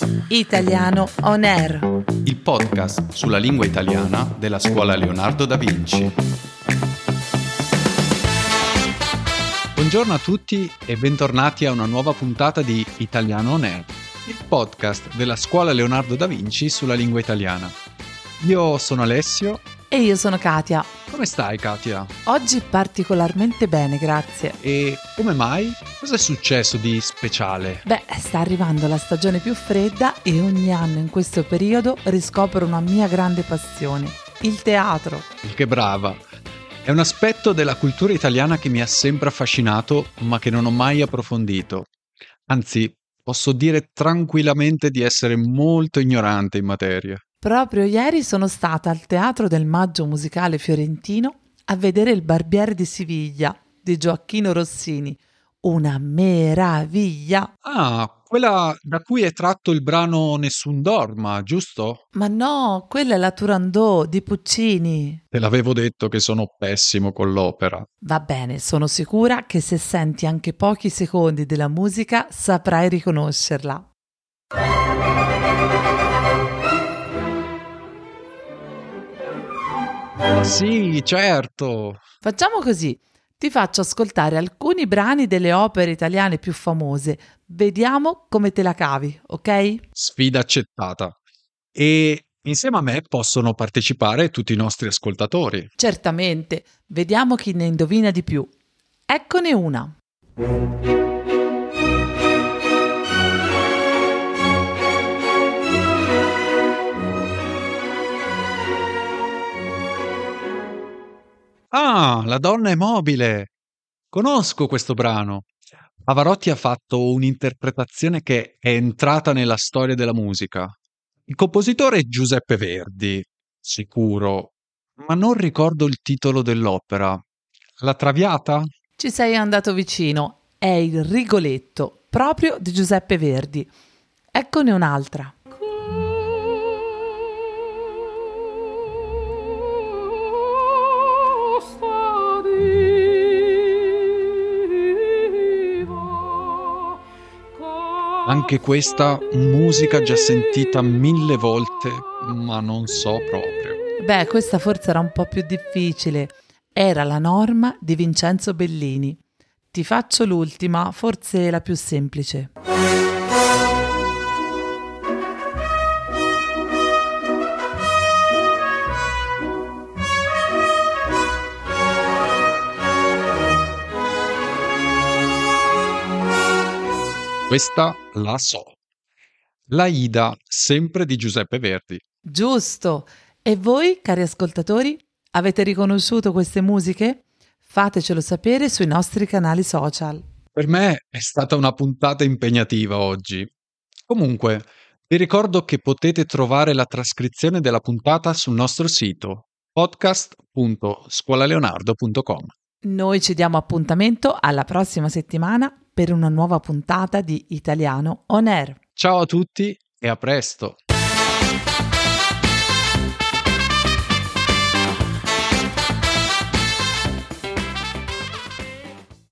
Italiano On Air, il podcast sulla lingua italiana della Scuola Leonardo da Vinci. Buongiorno a tutti e bentornati a una nuova puntata di Italiano On Air, il podcast della Scuola Leonardo da Vinci sulla lingua italiana. Io sono Alessio. e io sono Katia. Come stai, Katia? Oggi particolarmente bene, grazie. E come mai? Cosa è successo di speciale? Beh, sta arrivando la stagione più fredda e ogni anno in questo periodo riscopro una mia grande passione, il teatro. Che brava! È un aspetto della cultura italiana che mi ha sempre affascinato, ma che non ho mai approfondito. Anzi, posso dire tranquillamente di essere molto ignorante in materia. Proprio ieri sono stata al Teatro del Maggio Musicale Fiorentino a vedere Il Barbiere di Siviglia di Gioacchino Rossini. Una meraviglia! Ah, quella da cui è tratto il brano Nessun dorma, giusto? Ma no, quella è la Turandot di Puccini. Te l'avevo detto che sono pessimo con l'opera. Va bene, sono sicura che se senti anche pochi secondi della musica saprai riconoscerla. Sì, certo! Facciamo così, ti faccio ascoltare alcuni brani delle opere italiane più famose, vediamo come te la cavi, ok? Sfida accettata. E insieme a me possono partecipare tutti i nostri ascoltatori. Certamente, vediamo chi ne indovina di più. Eccone una. Ah, La donna è mobile! Conosco questo brano. Pavarotti ha fatto un'interpretazione che è entrata nella storia della musica. Il compositore è Giuseppe Verdi, sicuro, ma non ricordo il titolo dell'opera. La Traviata? Ci sei andato vicino, è il Rigoletto, proprio di Giuseppe Verdi. Eccone un'altra. Anche questa musica già sentita 1000 volte, ma non so proprio. Beh, questa forse era un po' più difficile. Era La Norma di Vincenzo Bellini. Ti faccio l'ultima, forse la più semplice. Questa la so. L'Aida, sempre di Giuseppe Verdi. Giusto! E voi, cari ascoltatori, avete riconosciuto queste musiche? Fatecelo sapere sui nostri canali social. Per me è stata una puntata impegnativa oggi. Comunque, vi ricordo che potete trovare la trascrizione della puntata sul nostro sito podcast.scuolaleonardo.com. Noi ci diamo appuntamento alla prossima settimana per una nuova puntata di Italiano On Air. Ciao a tutti e a presto!